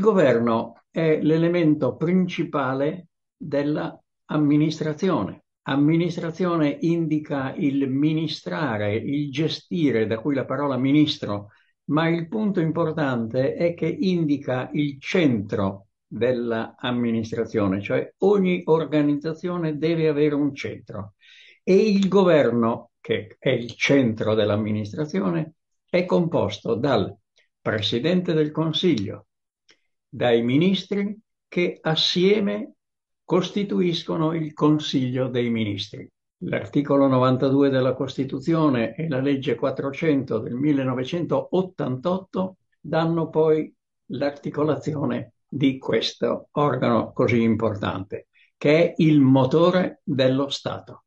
governo è l'elemento principale della amministrazione. Amministrazione indica il ministrare, il gestire, da cui la parola ministro, ma il punto importante è che indica il centro dell'amministrazione, cioè ogni organizzazione deve avere un centro e il governo, che è il centro dell'amministrazione, è composto dal Presidente del Consiglio, dai ministri che assieme costituiscono il Consiglio dei Ministri. L'articolo 92 della Costituzione e la legge 400 del 1988 danno poi l'articolazione di questo organo così importante, che è il motore dello Stato.